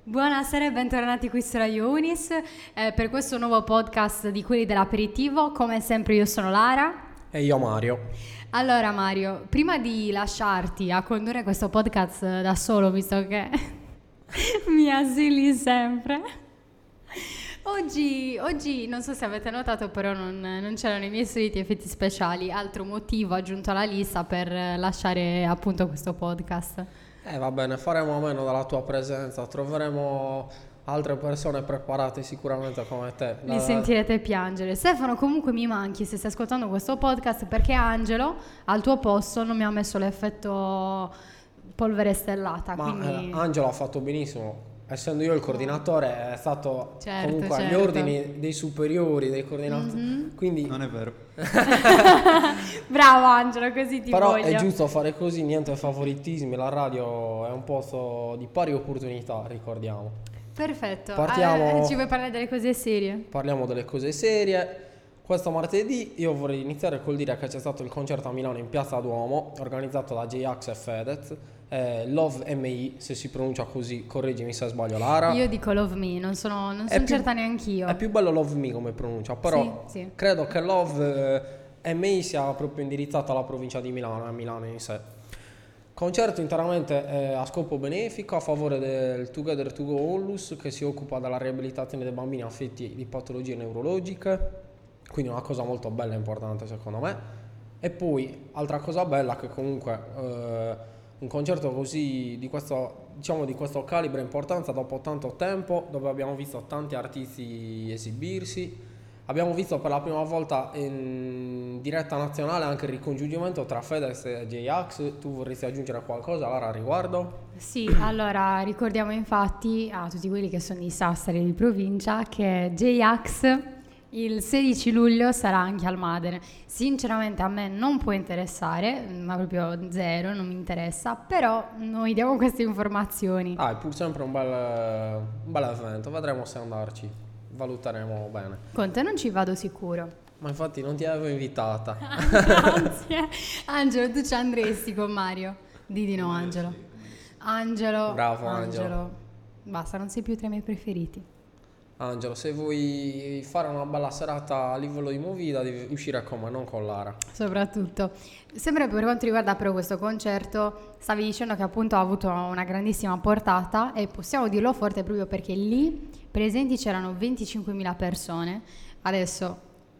Buonasera e bentornati qui su Radio Unis per questo nuovo podcast di quelli dell'aperitivo. Come sempre io sono Lara. E io Mario. Allora Mario, prima di lasciarti a condurre questo podcast da solo, visto che mi asili sempre, oggi non so se avete notato, però non c'erano i miei soliti effetti speciali, altro motivo aggiunto alla lista per lasciare appunto questo podcast. Va bene, faremo a meno della tua presenza, troveremo altre persone preparate sicuramente come te. Mi sentirete piangere. Stefano comunque mi manchi se stai ascoltando questo podcast, perché Angelo al tuo posto non mi ha messo l'effetto polvere stellata. Ma quindi... Angelo ha fatto benissimo. Essendo io il coordinatore, è stato comunque agli certo. ordini dei superiori, dei coordinatori. Mm-hmm. Quindi... Non è vero. Bravo Angelo, così ti Però voglio. è giusto fare così, niente favoritismi. La radio è un posto di pari opportunità, ricordiamo. Perfetto. Partiamo. Ci vuoi parlare delle cose serie? Parliamo delle cose serie. Questo martedì io vorrei iniziare col dire che c'è stato il concerto a Milano in Piazza Duomo, organizzato da J-Ax e Fedez. Love MI, se si pronuncia così, correggimi se sbaglio Lara. Io dico Love Me, non sono certa neanch'io. È più bello Love Me come pronuncia, però sì. credo che Love MI sia proprio indirizzato alla provincia di Milano, a Milano in sé. Concerto interamente a scopo benefico a favore del Together to Go Onlus, che si occupa della riabilitazione dei bambini affetti di patologie neurologiche, quindi una cosa molto bella e importante secondo me. E poi altra cosa bella che comunque un concerto così di questo calibro e importanza dopo tanto tempo, dove abbiamo visto tanti artisti esibirsi, abbiamo visto per la prima volta in diretta nazionale anche il ricongiungimento tra Fedez e J-Ax. Tu vorresti aggiungere qualcosa Lara a riguardo? Sì, allora ricordiamo infatti a tutti quelli che sono i sassari di provincia che J-Ax il 16 luglio sarà anche al Madre. Sinceramente a me non può interessare, ma proprio zero, non mi interessa, però noi diamo queste informazioni. È pur sempre un bel evento, vedremo se andarci, valuteremo bene. Con te non ci vado sicuro. Ma infatti non ti avevo invitata. Grazie. Angelo, tu ci andresti con Mario? Di no, Angelo. Angelo. Bravo Angelo. Basta, non sei più tra i miei preferiti. Angelo, se vuoi fare una bella serata a livello di movida devi uscire con me, non con Lara. Soprattutto. Sempre per quanto riguarda però questo concerto, stavi dicendo che appunto ha avuto una grandissima portata e possiamo dirlo forte proprio perché lì presenti c'erano 25.000 persone. Adesso,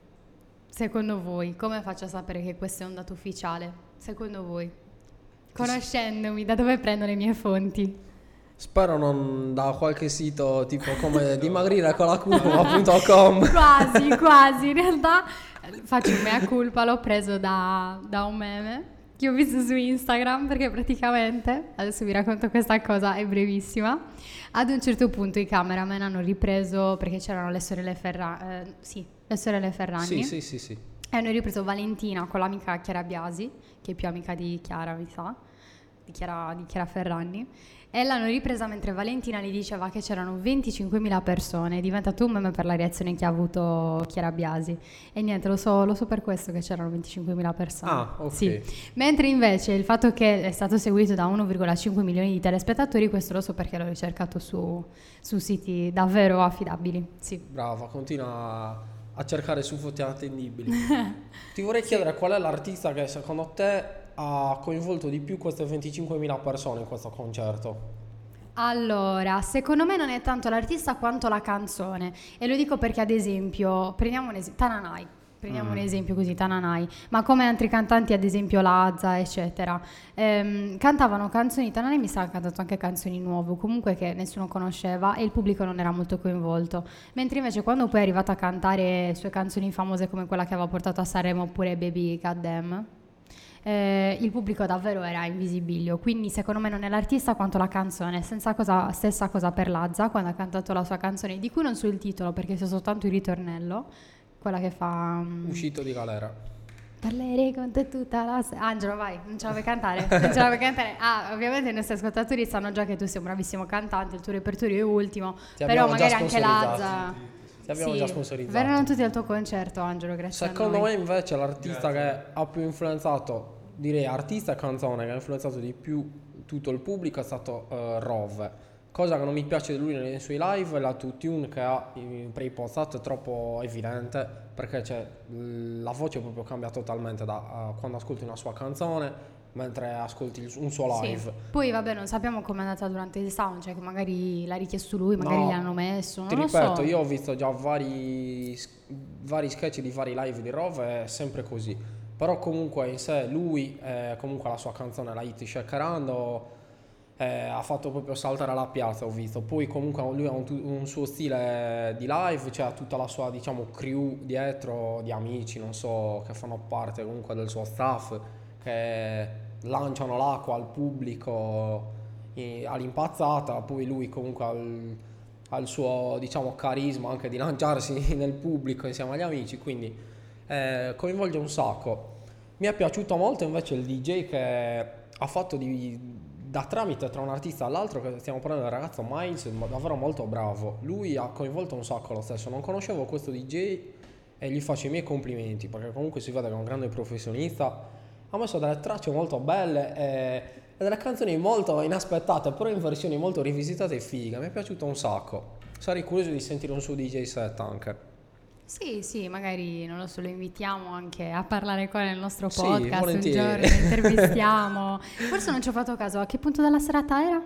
secondo voi, come faccio a sapere che questo è un dato ufficiale? Secondo voi? Conoscendomi, da dove prendo le mie fonti? Spero non da qualche sito tipo come dimagrire con la curva.com. Quasi, in realtà faccio un mea culpa, l'ho preso da un meme che ho visto su Instagram, perché praticamente, adesso vi racconto questa cosa, è brevissima. Ad un certo punto i cameraman hanno ripreso, perché c'erano le sorelle Ferragni, Sì. e hanno ripreso Valentina con l'amica Chiara Biasi, che è più amica di Chiara, mi sa, di Chiara Ferragni, e l'hanno ripresa mentre Valentina gli diceva che c'erano 25.000 persone. È diventato un meme per la reazione che ha avuto Chiara Biasi. E niente, lo so per questo che c'erano 25.000 persone. Ah, ok. Sì. Mentre invece il fatto che è stato seguito da 1,5 milioni di telespettatori, questo lo so perché l'ho ricercato su siti davvero affidabili. Sì. Brava, continua a cercare su fonti attendibili. Ti vorrei chiedere qual è l'artista che secondo te ha coinvolto di più queste 25.000 persone in questo concerto? Allora, secondo me non è tanto l'artista quanto la canzone, e lo dico perché ad esempio prendiamo un esempio così, Tananai, ma come altri cantanti, ad esempio Lazza eccetera, cantavano canzoni. Tananai mi sa che ha cantato anche canzoni nuove, comunque che nessuno conosceva, e il pubblico non era molto coinvolto, mentre invece quando poi è arrivato a cantare sue canzoni famose come quella che aveva portato a Sanremo oppure Baby Goddamn, il pubblico davvero era in visibilio. Quindi secondo me non è l'artista quanto la canzone. Stessa cosa per Lazza quando ha cantato la sua canzone, di cui non so il titolo perché so soltanto il ritornello, quella che fa Uscito di galera. Parlerei con te tutta la sera. Angelo, vai, non ce la vuoi cantare? Ovviamente i nostri ascoltatori sanno già che tu sei un bravissimo cantante, il tuo repertorio è ultimo, però magari anche Lazza. Ti abbiamo già sponsorizzato. Verranno tutti al tuo concerto, Angelo, grazie Secondo a noi. me invece l'artista che ha più influenzato, direi artista e canzone, che ha influenzato di più tutto il pubblico è stato Rove. Cosa che non mi piace di lui nei suoi live è l'autotune che ha pre-impostato, è troppo evidente, perché la voce proprio cambia totalmente da quando ascolti una sua canzone mentre ascolti un suo live. Sì. Poi vabbè, non sappiamo com'è andata durante il soundcheck, magari l'ha richiesto lui, magari No, l'hanno messo, non ti lo ripeto, so. io ho visto già vari sketch di vari live di Rove, è sempre così. Però comunque in sé lui, comunque la sua canzone, la hit Shakerando, ha fatto proprio saltare la piazza, ho visto. Poi comunque lui ha un suo stile di live, cioè ha tutta la sua, diciamo, crew dietro di amici, non so, che fanno parte comunque del suo staff, che lanciano l'acqua al pubblico all'impazzata. Poi lui comunque ha il suo, diciamo, carisma anche di lanciarsi nel pubblico insieme agli amici, quindi coinvolge un sacco. Mi è piaciuto molto invece il DJ che ha fatto da tramite tra un artista e l'altro, che stiamo parlando del ragazzo Miles, davvero molto bravo. Lui ha coinvolto un sacco lo stesso. Non conoscevo questo DJ e gli faccio i miei complimenti, perché comunque si vede che è un grande professionista. Ha messo delle tracce molto belle e delle canzoni molto inaspettate, però in versioni molto rivisitate e fighe. Mi è piaciuto un sacco. Sarei curioso di sentire un suo DJ set anche. Sì, magari non lo so, lo invitiamo anche a parlare qua nel nostro Sì, podcast un volentieri. giorno, lo intervistiamo. Forse non ci ho fatto caso, a che punto della serata era?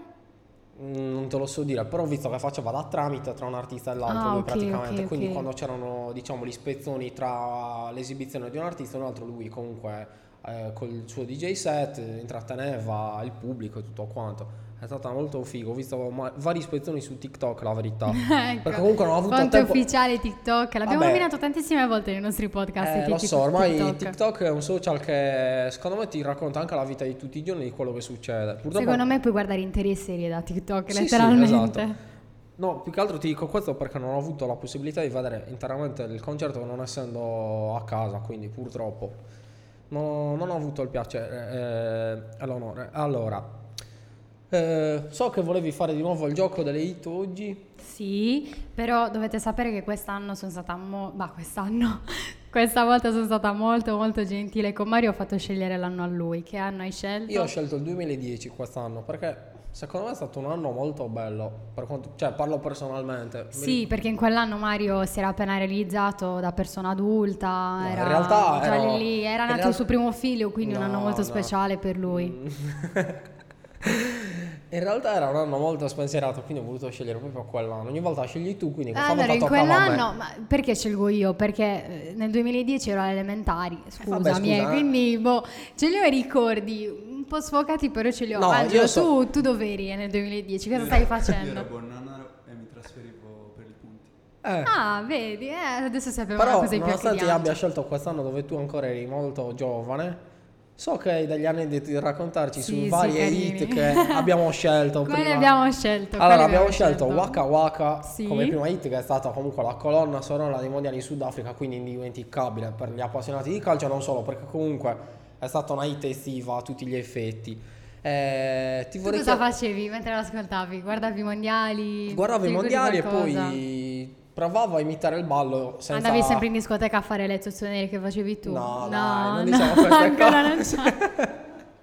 Non te lo so dire, però ho visto che faceva da tramite tra un artista e l'altro, lui Ok, praticamente. ok. Quindi quando c'erano, diciamo, gli spezzoni tra l'esibizione di un artista e un altro, lui comunque col suo DJ set intratteneva il pubblico e tutto quanto. È stata molto figo, ho visto vari spezzoni su TikTok, la verità. Ecco, Perché comunque non ho avuto fonte tempo. ufficiale TikTok, l'abbiamo Vabbè. nominato tantissime volte nei nostri podcast. Lo so, ormai TikTok è un social che secondo me ti racconta anche la vita di tutti i giorni, di quello che succede. Purtroppo... Secondo me puoi guardare intere serie da TikTok, Sì, letteralmente. esatto. No, più che altro ti dico questo perché non ho avuto la possibilità di vedere interamente il concerto, non essendo a casa, quindi purtroppo non ho avuto il piacere e l'onore. Allora, so che volevi fare di nuovo il gioco delle hit oggi. Sì, però dovete sapere che quest'anno sono stata questa volta sono stata molto molto gentile con Mario, ho fatto scegliere l'anno a lui. Che anno hai scelto? Io ho scelto il 2010 quest'anno perché secondo me è stato un anno molto bello, per quanto, cioè parlo personalmente. Sì, perché in quell'anno Mario si era appena realizzato da persona adulta, No, era in realtà già ero- lì, era in nato real- il suo primo figlio, quindi un anno molto No. speciale per lui. In realtà era un anno molto spensierato, quindi ho voluto scegliere proprio quell'anno. Ogni volta scegli tu, quindi quest'anno Allora, in toccava a me. quell'anno, ma perché scelgo io? Perché nel 2010 ero alle elementari, scusami, vabbè, scusa, quindi ce li ho i ricordi un po' sfocati, però ce li ho. No, Angelo, io so- tu dove eri nel 2010? Cosa stai Io facendo? ero a Bonnanaro e mi trasferivo per i punti. Eh, Vedi, adesso sappiamo una Però cosa in più nonostante che io di abbia Angelo. scelto quest'anno dove tu ancora eri molto giovane, so che hai degli aneddoti da raccontarci Sì, su sì, varie carini. hit che abbiamo scelto Quali prima. abbiamo scelto? Allora, Quali abbiamo scelto Waka Waka Sì. come prima hit, che è stata comunque la colonna sonora dei mondiali in Sudafrica, quindi indimenticabile per gli appassionati di calcio, non solo, perché comunque è stata una hit estiva a tutti gli effetti. Ti Tu vorrei cosa chied- facevi mentre l'ascoltavi? Guardavi i mondiali? Guardavo Ti i ricordi mondiali e qualcosa? poi provavo a imitare il ballo senza... Andavi sempre in discoteca a fare le zozzonere che facevi tu? No, dai, non diciamo queste ancora non cose. c'è.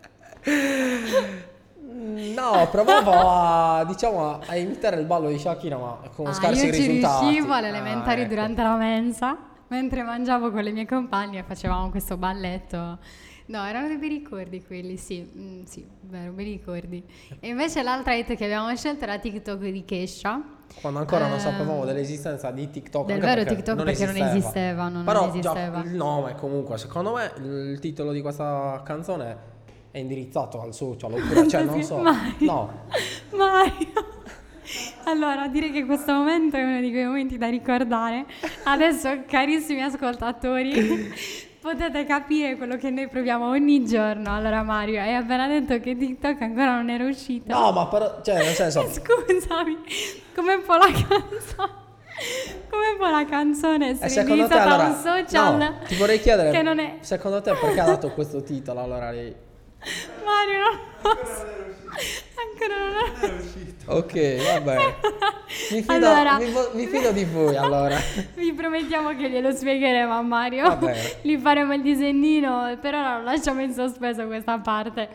No, provavo a imitare il ballo di Shakira, ma con scarsi Io ci risultati. riuscivo alle elementari Ecco. durante la mensa, mentre mangiavo con le mie compagne e facevamo questo balletto. No, erano dei bei ricordi quelli, sì, sì, vero, bei ricordi. E invece l'altra hit che abbiamo scelto era TikTok di Kesha. Quando ancora non Eh, sapevamo dell'esistenza di TikTok. del anche vero perché TikTok, perché non esisteva, non Però esisteva. già il nome comunque, secondo me il titolo di questa canzone è indirizzato al social, oppure, cioè non so. Mario. No. Mario. Allora, direi che questo momento è uno di quei momenti da ricordare. Adesso, carissimi ascoltatori, potete capire quello che noi proviamo ogni giorno. Allora, Mario, hai appena detto che TikTok ancora non era uscito. No, ma però, cioè nel senso... Scusami, come può la canzone? Come può la canzone essere secondo te indirizzata a allora... un social? No, ti vorrei chiedere, che non è... secondo te perché ha dato questo titolo allora lei? Mario, non lo so. Ancora non è uscito. Ok, vabbè. Mi fido, Allora. mi fido di voi allora. Vi promettiamo che glielo spiegheremo a Mario. Va bene. Gli faremo il disegnino, però lo lasciamo in sospeso questa parte.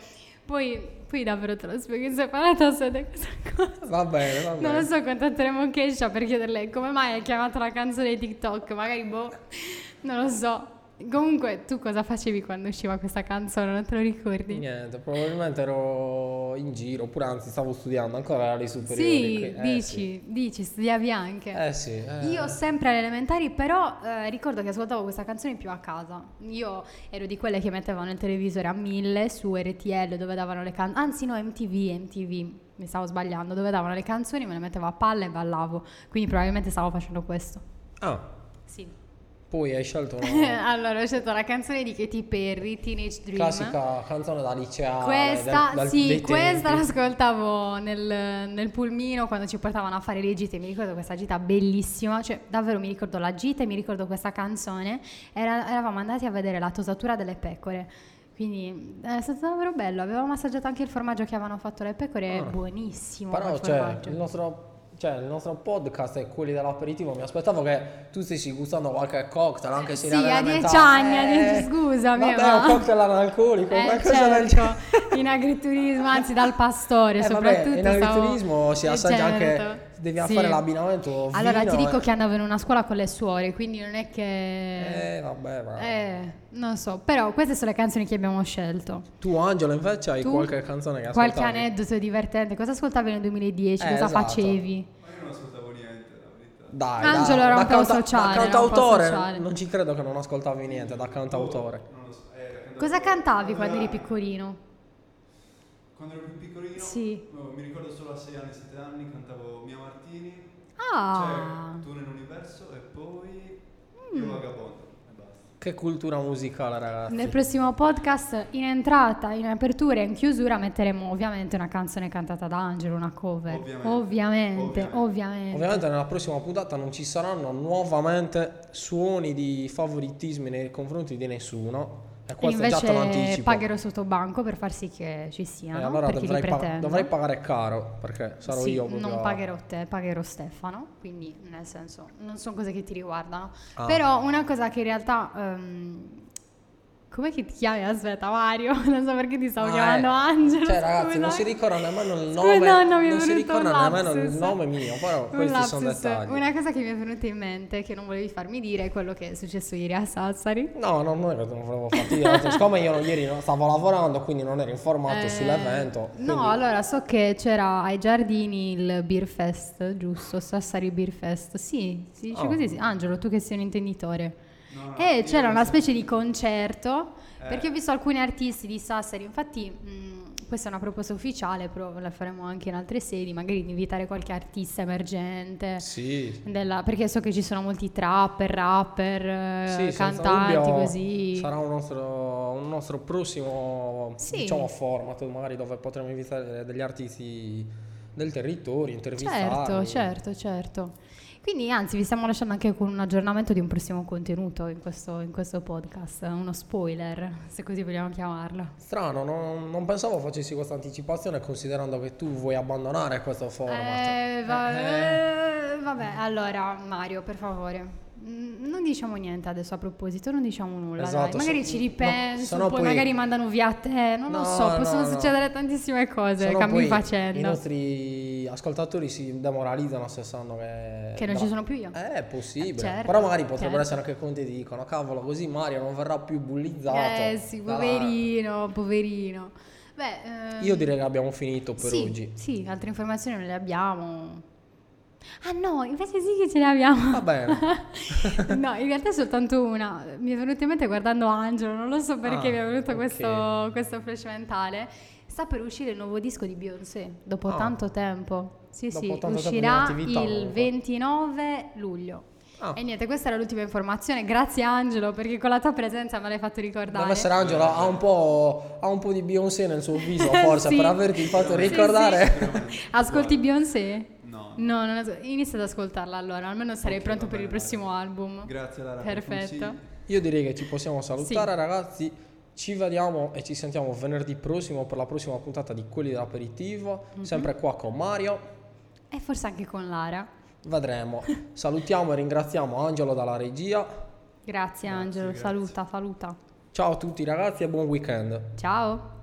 Poi davvero te lo spiego in separata sede questa cosa. Va bene, va bene. Non lo so, contatteremo Kesha per chiederle come mai hai chiamato la canzone di TikTok. Magari, non lo so. Comunque, tu cosa facevi quando usciva questa canzone? Non te lo ricordi? Niente, probabilmente ero in giro, oppure anzi stavo studiando ancora alle superiori. Sì, dici, studiavi anche. Sì. Io sempre alle elementari, però ricordo che ascoltavo questa canzone più a casa. Io ero di quelle che mettevano il televisore a 1000 su RTL dove davano le canzoni, anzi no, MTV, mi stavo sbagliando, dove davano le canzoni, me le mettevo a palla e ballavo, quindi probabilmente stavo facendo questo. Ah, Sì. poi hai scelto Allora ho scelto la canzone di Katy Perry, Teenage Dream. classica canzone da liceale. Questa, dei questa tempi. l'ascoltavo nel pulmino quando ci portavano a fare le gite. Mi ricordo questa gita bellissima, cioè davvero mi ricordo la gita e mi ricordo questa canzone. Eravamo andati a vedere la tosatura delle pecore. Quindi è stato davvero bello. Avevamo assaggiato anche il formaggio che avevano fatto le pecore, è buonissimo. Però quel cioè, formaggio. il nostro podcast e quelli dell'aperitivo, mi aspettavo che tu stessi gustando qualche cocktail, anche se Sì, in a 10 elementare. anni, scusami. Vabbè, un cocktail analcolico, qualcosa del certo, in agriturismo, anzi dal pastore soprattutto. in agriturismo si assaggia anche, devi Sì. fare l'abbinamento Allora vino ti dico e- che andavo in una scuola con le suore, quindi non è che... vabbè, ma non so, però queste sono le canzoni che abbiamo scelto. tu Angelo invece hai Tu? qualche canzone che Qualche ascoltavi? aneddoto divertente? Cosa ascoltavi nel 2010? Cosa esatto. facevi? Ma io non ascoltavo niente, la verità. Dai, Angelo era un po' da sociale, era un po' cantautore sociale. non ci credo che non ascoltavi niente da cantautore. Non lo so. Cantavo- Cosa cantavi quando eri piccolino? Quando ero più piccolino, Sì. no, mi ricordo solo a 6 anni, 7 anni, cantavo Mia Martini, Ah, Tu nell'universo e poi Io Vagabondo e basta. Che cultura musicale, ragazzi. nel prossimo podcast in entrata, in apertura e in chiusura metteremo ovviamente una canzone cantata da Angelo, una cover. Ovviamente. Ovviamente nella prossima puntata non ci saranno nuovamente suoni di favoritismi nei confronti di nessuno. E E questo già te lo invece anticipo. pagherò sotto banco per far sì che ci E siano, allora perché li pretendo. dovrei pagare caro, perché sarò Sì, io proprio non a- pagherò te, pagherò Stefano, quindi nel senso non sono cose che ti riguardano. Ah. Però una cosa che in realtà... come che ti chiami? Aspetta, Mario, non so perché ti stavo chiamando Angelo. Cioè, ragazzi, scusa. non si ricorda nemmeno il Scusa, nome. no, mi è non si venuto un ricorda nemmeno il lapsus. nome mio, però Un questi sono lapsus. dettagli. Una cosa che mi è venuta in mente, che non volevi farmi dire, è quello che è successo ieri a Sassari. No, non è che non volevo farti dire. Siccome io ieri stavo lavorando, quindi non ero informato sull'evento. No, quindi- allora so che c'era ai giardini il Beer Fest, giusto? Sassari Beer Fest. Sì, si dice Oh. così. Sì. Angelo, tu che sei un intenditore. No, E io c'era non una so. specie di concerto, perché ho visto alcuni artisti di Sassari, infatti questa è una proposta ufficiale, però la faremo anche in altre sedi, magari di invitare qualche artista emergente. Sì. Perché so che ci sono molti trapper, rapper, Sì, senza cantanti dubbio così. sarà un nostro prossimo Sì. diciamo format, magari dove potremo invitare degli artisti del territorio, intervistarli. Certo. Quindi anzi vi stiamo lasciando anche con un aggiornamento di un prossimo contenuto in questo podcast, uno spoiler, se così vogliamo chiamarlo. Strano, non pensavo facessi questa anticipazione considerando che tu vuoi abbandonare questo format. Vabbè, allora Mario, per favore. Non diciamo niente adesso a proposito, non diciamo nulla. Esatto, dai. Magari se- ci no, ripenso, sennò poi poi- magari mandano via te, non lo so, possono no. succedere tantissime cose, Sennò cambi poi facendo. I nostri ascoltatori si demoralizzano se sanno che Che non ci sono più io. È possibile. Certo, Però magari potrebbero certo. essere anche conti di dicono cavolo, così Mario non verrà più bullizzato. Sì, Dalla- poverino. Beh, Io direi che abbiamo finito per sì, oggi. Sì, altre informazioni non le abbiamo. Ah no, invece sì che ce le abbiamo. Va bene. No, in realtà è soltanto una. Mi è venuta in mente guardando Angelo, non lo so perché Ah, mi è venuto ok. questo flash mentale. Sta per uscire il nuovo disco di Beyoncé, dopo Ah. tanto tempo. Sì, Dopo sì, tanto tempo di uscirà inattività, il comunque. 29 luglio. Ah. E niente, questa era l'ultima informazione. Grazie Angelo, perché con la tua presenza me l'hai fatto ricordare. Deve essere Angelo, ha un po' di Beyoncé nel suo viso, forse, Sì. per averti fatto Sì, ricordare. Ascolti Beyoncé? No. No, inizia ad ascoltarla allora, almeno sarei Ok, pronto va per il bene, prossimo album. Grazie Lara per i Perfetto. consigli. Io direi che ci possiamo salutare, Sì. ragazzi. Ci vediamo e ci sentiamo venerdì prossimo per la prossima puntata di Quelli dell'Aperitivo. Sempre qua con Mario. E forse anche con Lara. Vedremo. Salutiamo e ringraziamo Angelo dalla regia. Grazie Angelo, grazie. saluta. Ciao a tutti ragazzi e buon weekend. Ciao.